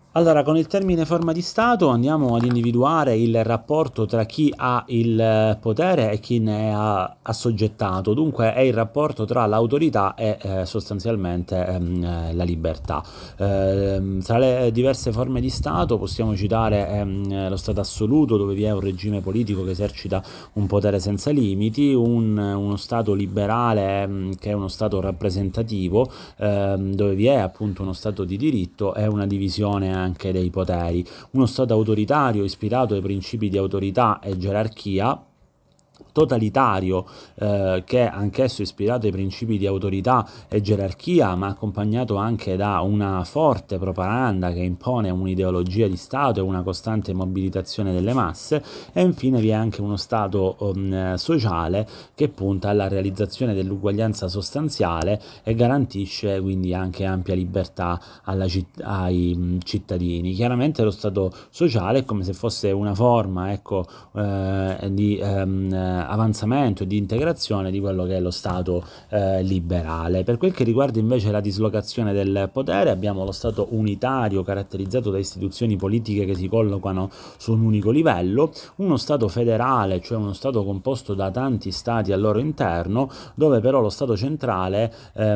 Allora, con il termine forma di Stato andiamo ad individuare il rapporto tra chi ha il potere e chi ne è assoggettato, dunque è il rapporto tra l'autorità e sostanzialmente la libertà. Tra le diverse forme di Stato possiamo citare lo Stato assoluto, dove vi è un regime politico che esercita un potere senza limiti, uno Stato liberale che è uno Stato rappresentativo, dove vi è appunto uno Stato di diritto e una divisione anche dei poteri. Uno Stato autoritario ispirato ai principi di autorità e gerarchia, totalitario, che è anch'esso ispirato ai principi di autorità e gerarchia, ma accompagnato anche da una forte propaganda che impone un'ideologia di Stato e una costante mobilitazione delle masse. E infine vi è anche uno Stato sociale che punta alla realizzazione dell'uguaglianza sostanziale e garantisce quindi anche ampia libertà ai cittadini. Chiaramente lo Stato sociale è come se fosse una forma, ecco, di avanzamento e di integrazione di quello che è lo Stato liberale. Per quel che riguarda invece la dislocazione del potere, abbiamo lo Stato unitario caratterizzato da istituzioni politiche che si collocano su un unico livello, uno Stato federale, cioè uno Stato composto da tanti Stati al loro interno, dove però lo Stato centrale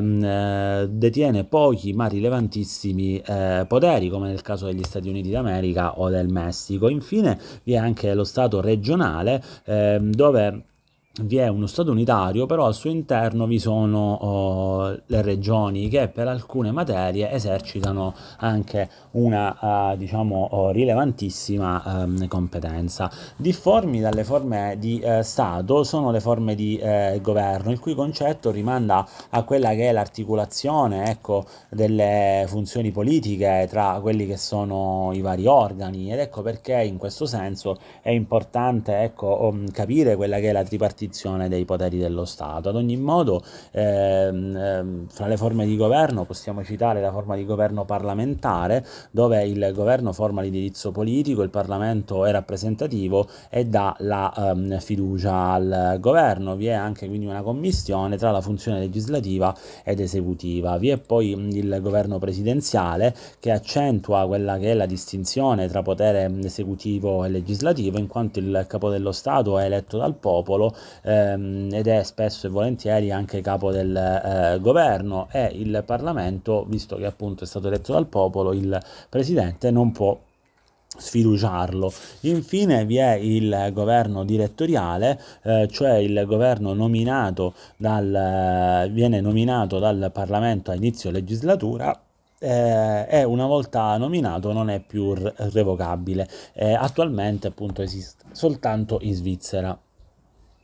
detiene pochi ma rilevantissimi poteri, come nel caso degli Stati Uniti d'America o del Messico. Infine vi è anche lo Stato regionale, dove vi è uno Stato unitario, però al suo interno vi sono le regioni che per alcune materie esercitano anche una, diciamo, rilevantissima competenza. Difformi dalle forme di Stato sono le forme di governo, il cui concetto rimanda a quella che è l'articolazione, ecco, delle funzioni politiche tra quelli che sono i vari organi, ed ecco perché in questo senso è importante, ecco, capire quella che è la tripartizione dei poteri dello Stato. Ad ogni modo, fra le forme di governo possiamo citare la forma di governo parlamentare, dove il governo forma l'indirizzo politico, il Parlamento è rappresentativo e dà la fiducia al governo. Vi è anche quindi una commistione tra la funzione legislativa ed esecutiva. Vi è poi il governo presidenziale, che accentua quella che è la distinzione tra potere esecutivo e legislativo, in quanto il capo dello Stato è eletto dal popolo ed è spesso e volentieri anche capo del governo, e il Parlamento, visto che appunto è stato eletto dal popolo, il presidente non può sfiduciarlo. Infine vi è il governo direttoriale, cioè il governo viene nominato dal Parlamento a inizio legislatura, e una volta nominato non è più revocabile. Attualmente appunto esiste soltanto in Svizzera.